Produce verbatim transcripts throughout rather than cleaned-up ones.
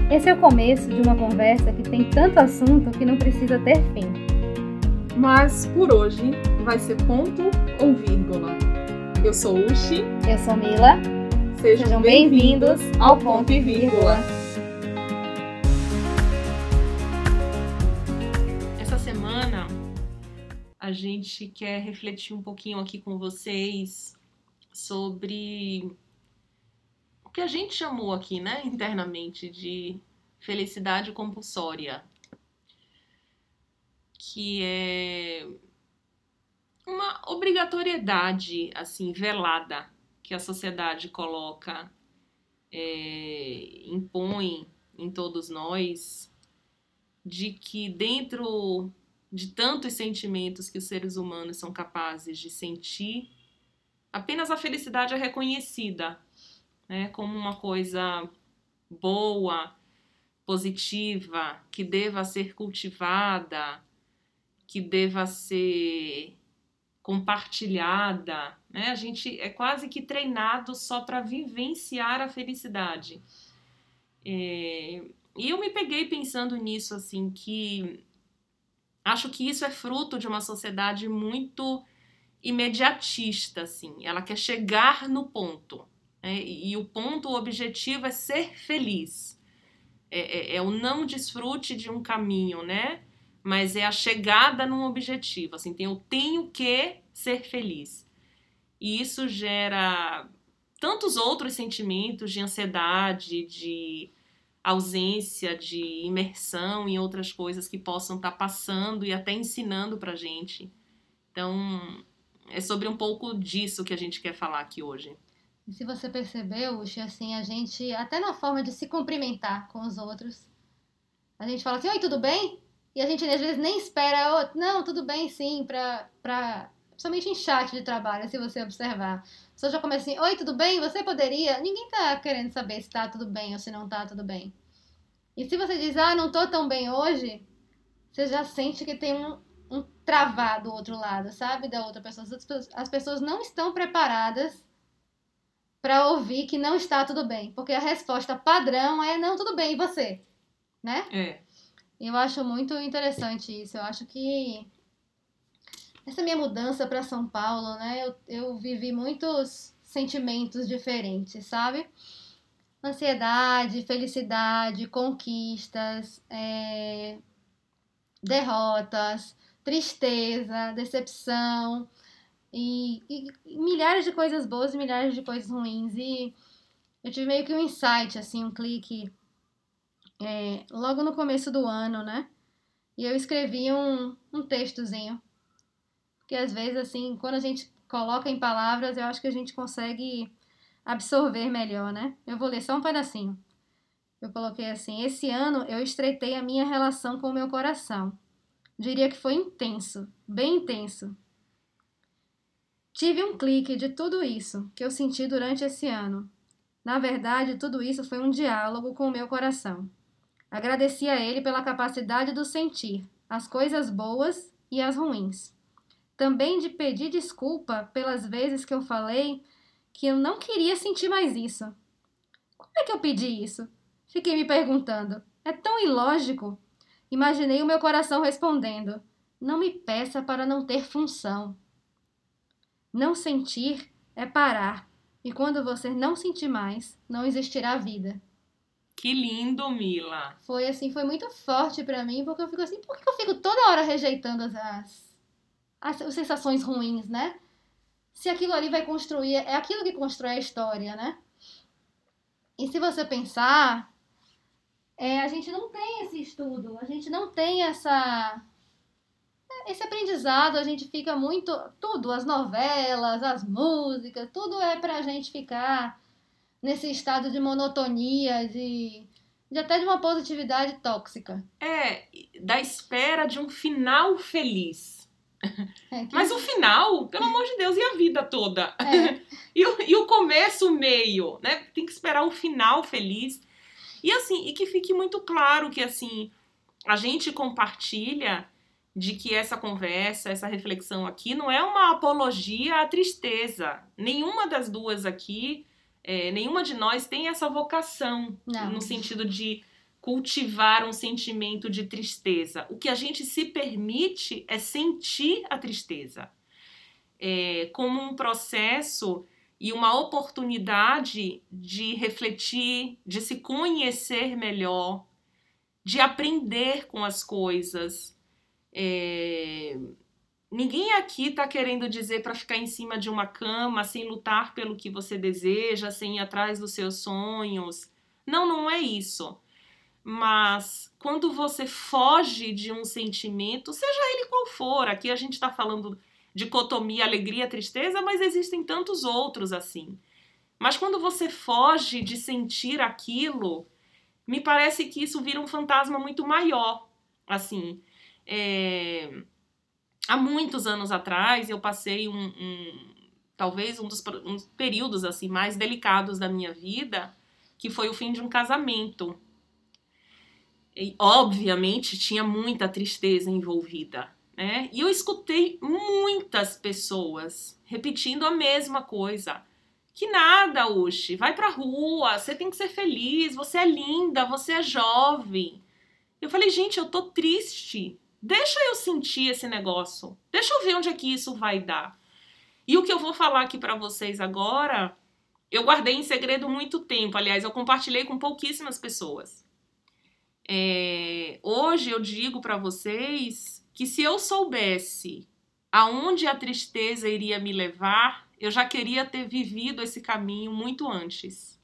Esse é o começo de uma conversa que tem tanto assunto que não precisa ter fim. Mas, por hoje, vai ser ponto ou vírgula. Eu sou Uchi. Eu sou Mila. Sejam, Sejam bem-vindos bem-vindos ao ao Ponto e Vírgula. Essa semana, a gente quer refletir um pouquinho aqui com vocês sobre o que a gente chamou aqui, né, internamente, de felicidade compulsória, que é uma obrigatoriedade, assim, velada, que a sociedade coloca, é, impõe em todos nós, de que dentro de tantos sentimentos que os seres humanos são capazes de sentir, apenas a felicidade é reconhecida, né, como uma coisa boa, positiva, que deva ser cultivada, que deva ser compartilhada, né? A gente é quase que treinado só para vivenciar a felicidade. É, e eu me peguei pensando nisso, assim, que acho que isso é fruto de uma sociedade muito imediatista, assim. Ela quer chegar no ponto, né? E, e o ponto, o objetivo é ser feliz. É, é, é o não desfrute de um caminho, né? Mas é a chegada num objetivo, assim, tem, eu tenho que ser feliz. E isso gera tantos outros sentimentos de ansiedade, de ausência, de imersão em outras coisas que possam estar passando e até ensinando pra gente. Então, é sobre um pouco disso que a gente quer falar aqui hoje. E se você percebeu, Uchi, assim, a gente, até na forma de se cumprimentar com os outros, a gente fala assim, oi, tudo bem? E a gente às vezes nem espera, oh, não, tudo bem sim, pra, pra... Principalmente em chat de trabalho, se você observar. A pessoa já começa assim, oi, tudo bem? Você poderia? Ninguém tá querendo saber se tá tudo bem ou se não tá tudo bem. E se você diz, ah, não tô tão bem hoje, você já sente que tem um, um travar do outro lado, sabe? Da outra pessoa. As pessoas não estão preparadas pra ouvir que não está tudo bem. Porque a resposta padrão é, não, tudo bem, e você? Né? É. Eu acho muito interessante isso. Eu acho que essa minha mudança para São Paulo, né? Eu, eu vivi muitos sentimentos diferentes, sabe? Ansiedade, felicidade, conquistas, é, derrotas, tristeza, decepção e, e, e milhares de coisas boas e milhares de coisas ruins. E eu tive meio que um insight, assim, um clique. É, logo no começo do ano, né? E eu escrevi um, um textozinho. Porque às vezes, assim, quando a gente coloca em palavras, eu acho que a gente consegue absorver melhor, né? Eu vou ler só um pedacinho. Eu coloquei assim, esse ano eu estreitei a minha relação com o meu coração. Diria que foi intenso, bem intenso. Tive um clique de tudo isso que eu senti durante esse ano. Na verdade, tudo isso foi um diálogo com o meu coração. Agradeci a ele pela capacidade do sentir, as coisas boas e as ruins. Também de pedir desculpa pelas vezes que eu falei que eu não queria sentir mais isso. Como é que eu pedi isso? Fiquei me perguntando. É tão ilógico. Imaginei o meu coração respondendo. Não me peça para não ter função. Não sentir é parar. E quando você não sentir mais, não existirá vida. Que lindo, Mila. Foi assim, foi muito forte pra mim, porque eu fico assim, por que eu fico toda hora rejeitando as, as, as, as sensações ruins, né? Se aquilo ali vai construir, é aquilo que constrói a história, né? E se você pensar, é, a gente não tem esse estudo, a gente não tem essa, esse aprendizado, a gente fica muito, tudo, as novelas, as músicas, tudo é pra gente ficar nesse estado de monotonia, de, de até de uma positividade tóxica. É, da espera de um final feliz. É, que... Mas o final, pelo amor de Deus, e a vida toda? É. e, o, e o começo, o meio, né? Tem que esperar um final feliz. E assim, e que fique muito claro que assim, a gente compartilha de que essa conversa, essa reflexão aqui não é uma apologia à tristeza. Nenhuma das duas aqui, é, nenhuma de nós tem essa vocação, Não. no sentido de cultivar um sentimento de tristeza. O que a gente se permite é sentir a tristeza. É, como um processo e uma oportunidade de refletir, de se conhecer melhor, de aprender com as coisas. É... Ninguém aqui está querendo dizer para ficar em cima de uma cama sem lutar pelo que você deseja, sem ir atrás dos seus sonhos. Não, não é isso. Mas quando você foge de um sentimento, seja ele qual for, aqui a gente está falando dicotomia, alegria, tristeza, mas existem tantos outros assim. Mas quando você foge de sentir aquilo, me parece que isso vira um fantasma muito maior. Assim, é... há muitos anos atrás eu passei um, um talvez um dos um períodos assim mais delicados da minha vida, que foi o fim de um casamento. E, obviamente, tinha muita tristeza envolvida, né? E eu escutei muitas pessoas repetindo a mesma coisa. Que nada, Uchi, vai pra rua, você tem que ser feliz, você é linda, você é jovem. Eu falei, gente, eu tô triste. Deixa eu sentir esse negócio. Deixa eu ver onde é que isso vai dar. E o que eu vou falar aqui pra vocês agora, eu guardei em segredo muito tempo. Aliás, eu compartilhei com pouquíssimas pessoas. É, hoje eu digo para vocês que se eu soubesse aonde a tristeza iria me levar, eu já queria ter vivido esse caminho muito antes.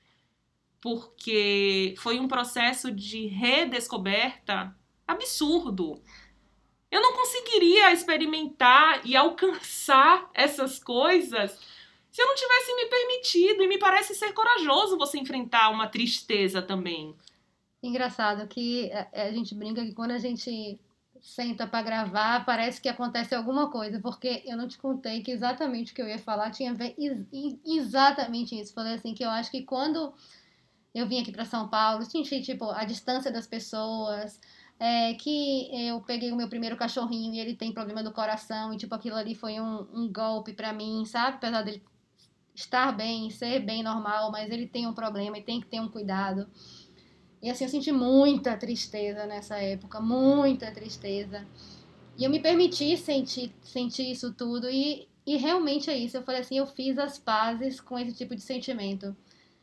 Porque foi um processo de redescoberta absurdo. Eu não conseguiria experimentar e alcançar essas coisas se eu não tivesse me permitido. E me parece ser corajoso você enfrentar uma tristeza também. Engraçado que a, a gente brinca que quando a gente senta para gravar, parece que acontece alguma coisa, porque eu não te contei que exatamente o que eu ia falar tinha a ver ex- exatamente isso. Falei assim, que eu acho que quando eu vim aqui para São Paulo, senti, tipo, a distância das pessoas, é, que eu peguei o meu primeiro cachorrinho e ele tem problema do coração, e, tipo, aquilo ali foi um, um golpe para mim, sabe? Apesar dele estar bem, ser bem normal, mas ele tem um problema e tem que ter um cuidado. E assim, eu senti muita tristeza nessa época, muita tristeza. E eu me permiti sentir, sentir isso tudo e, e realmente é isso. Eu falei assim, eu fiz as pazes com esse tipo de sentimento.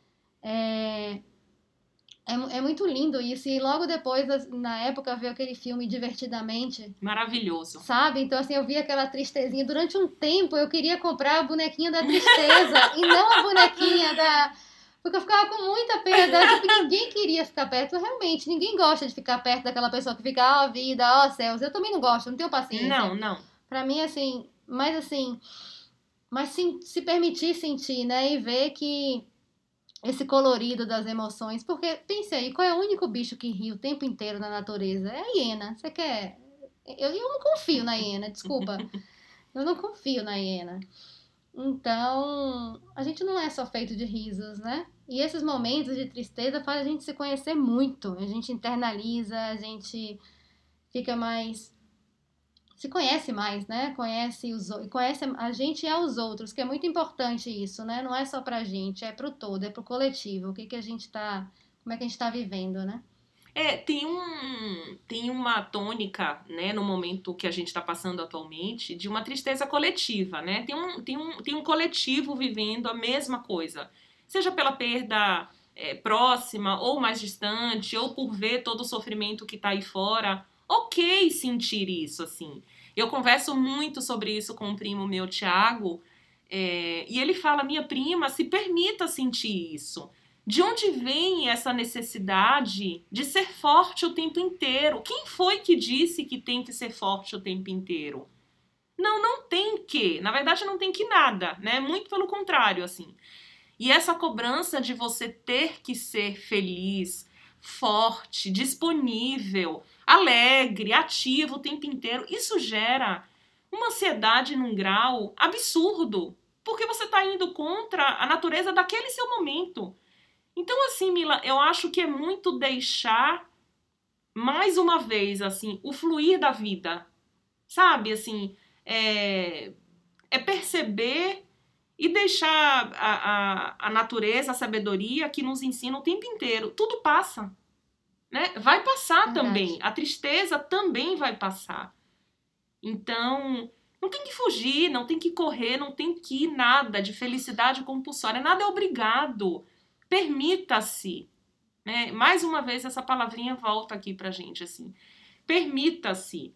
É, é, é muito lindo isso. E logo depois, na época, veio aquele filme Divertidamente. Maravilhoso. Sabe? Então, assim, eu vi aquela tristezinha. Durante um tempo, eu queria comprar a bonequinha da tristeza e não a bonequinha da... Porque eu ficava com muita pena dela, porque ninguém queria ficar perto. Realmente, ninguém gosta de ficar perto daquela pessoa que fica, ó, oh, vida, ó, oh, céus. Eu também não gosto, não tenho paciência. Não, não. Pra mim, assim, mas assim, mas sim, se permitir sentir, né? E ver que esse colorido das emoções. Porque, pense aí, qual é o único bicho que ri o tempo inteiro na natureza? É a hiena. Você quer... Eu, eu não confio na hiena, desculpa. Eu não confio na hiena. Então, a gente não é só feito de risos, né? E esses momentos de tristeza fazem a gente se conhecer muito. A gente internaliza, a gente fica mais... se conhece mais, né? Conhece, os, conhece a gente e aos outros, que é muito importante isso, né? Não é só pra gente, é pro todo, é pro coletivo. O que que a gente tá... Como é que a gente tá vivendo, né? É, tem, um, tem uma tônica, né, no momento que a gente está passando atualmente, de uma tristeza coletiva, né? Tem um, tem um, tem um coletivo vivendo a mesma coisa, seja pela perda é, próxima ou mais distante, ou por ver todo o sofrimento que está aí fora. Ok sentir isso, assim. Eu converso muito sobre isso com um primo meu, Thiago, é, e ele fala, minha prima, se permita sentir isso. De onde vem essa necessidade de ser forte o tempo inteiro? Quem foi que disse que tem que ser forte o tempo inteiro? Não, não tem que. Na verdade, não tem que nada, né? Muito pelo contrário, assim. E essa cobrança de você ter que ser feliz, forte, disponível, alegre, ativo o tempo inteiro, isso gera uma ansiedade num grau absurdo, porque você está indo contra a natureza daquele seu momento. Então, assim, Mila, eu acho que é muito deixar, mais uma vez, assim, o fluir da vida, sabe? Assim, é, é perceber e deixar a, a, a natureza, a sabedoria que nos ensina o tempo inteiro. Tudo passa. né? Vai passar Verdade. também. A tristeza também vai passar. Então, não tem que fugir, não tem que correr, não tem que ir nada de felicidade compulsória. Nada é obrigado. Permita-se. Né? Mais uma vez, essa palavrinha volta aqui pra gente, assim. Permita-se.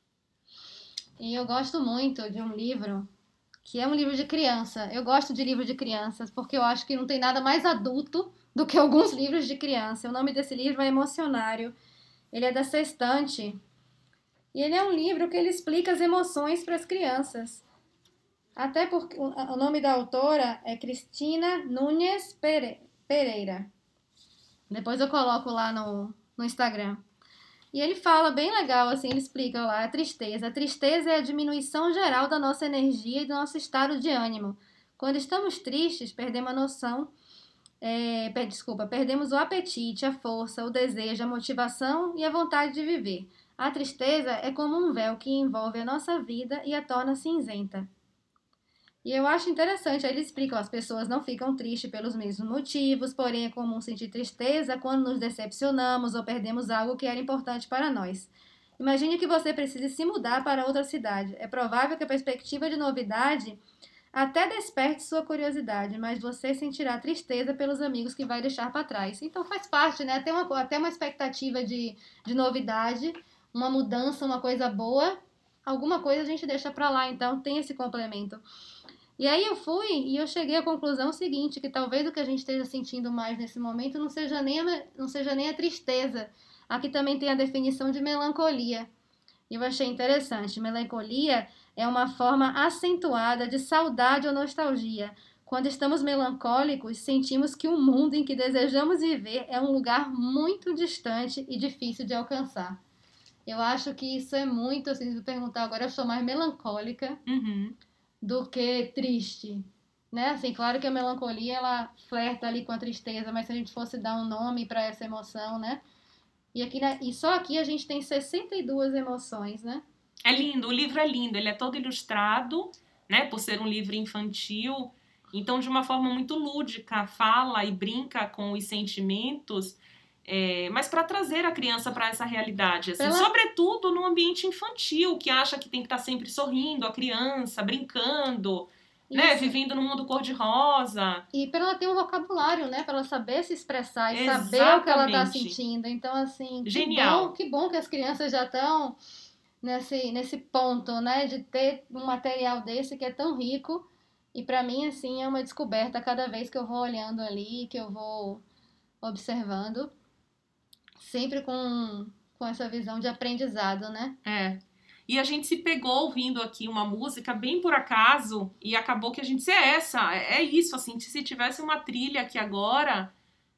E eu gosto muito de um livro que é um livro de criança. Eu gosto de livro de crianças porque eu acho que não tem nada mais adulto do que alguns livros de criança. O nome desse livro é Emocionário. Ele é da Sextante. E ele é um livro que ele explica as emoções para as crianças. Até porque o nome da autora é Cristina Núñez Pereira. Depois eu coloco lá no, no Instagram. E ele fala bem legal, assim, ele explica lá a tristeza. A tristeza é a diminuição geral da nossa energia e do nosso estado de ânimo. Quando estamos tristes, perdemos a noção, é, desculpa, perdemos o apetite, a força, o desejo, a motivação e a vontade de viver. A tristeza é como um véu que envolve a nossa vida e a torna cinzenta. E eu acho interessante, aí ele explica, ó, as pessoas não ficam tristes pelos mesmos motivos, porém é comum sentir tristeza quando nos decepcionamos ou perdemos algo que era importante para nós. Imagine que você precise se mudar para outra cidade. É provável que a perspectiva de novidade até desperte sua curiosidade, mas você sentirá tristeza pelos amigos que vai deixar para trás. Então faz parte, né? Até uma, até uma expectativa de, de novidade, uma mudança, uma coisa boa, alguma coisa a gente deixa para lá, então tem esse complemento. E aí eu fui e eu cheguei à conclusão seguinte, que talvez o que a gente esteja sentindo mais nesse momento não seja nem a, não seja nem a tristeza. Aqui também tem a definição de melancolia. E eu achei interessante. Melancolia é uma forma acentuada de saudade ou nostalgia. Quando estamos melancólicos, sentimos que o mundo em que desejamos viver é um lugar muito distante e difícil de alcançar. Eu acho que isso é muito, assim, se eu perguntar agora, eu sou mais melancólica. Uhum. Do que triste, né? Assim, claro que a melancolia, ela flerta ali com a tristeza, mas se a gente fosse dar um nome para essa emoção, né? E, aqui, e só aqui a gente tem sessenta e duas emoções, né? É lindo, o livro é lindo, ele é todo ilustrado, né? Por ser um livro infantil, então de uma forma muito lúdica, fala e brinca com os sentimentos, é, mas para trazer a criança para essa realidade, assim, Pela... sobretudo no ambiente infantil, que acha que tem que estar sempre sorrindo, a criança, brincando, isso, né, vivendo no mundo cor-de-rosa. E para ela ter um vocabulário, né, para ela saber se expressar e Exatamente. saber o que ela está sentindo. Então, assim, genial. Que bom, que bom que as crianças já estão nesse, nesse ponto, né, de ter um material desse que é tão rico. E para mim, assim, é uma descoberta cada vez que eu vou olhando ali, que eu vou observando. Sempre com, com essa visão de aprendizado, né? É. E a gente se pegou ouvindo aqui uma música bem por acaso e acabou que a gente disse, é essa, é isso, assim, se tivesse uma trilha aqui agora,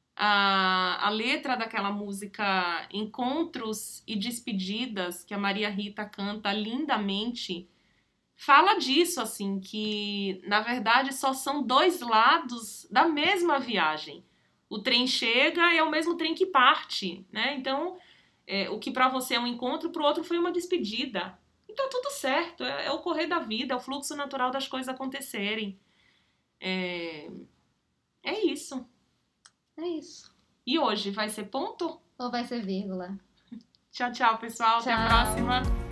a, a letra daquela música Encontros e Despedidas, que a Maria Rita canta lindamente, fala disso, assim, que na verdade só são dois lados da mesma viagem. O trem chega e é o mesmo trem que parte, né? Então, é, o que para você é um encontro, para o outro foi uma despedida. Então, tudo certo. É, é o correr da vida, é o fluxo natural das coisas acontecerem. É, é isso. É isso. E hoje vai ser ponto? Ou vai ser vírgula? Tchau, tchau, pessoal. Tchau. Até a próxima.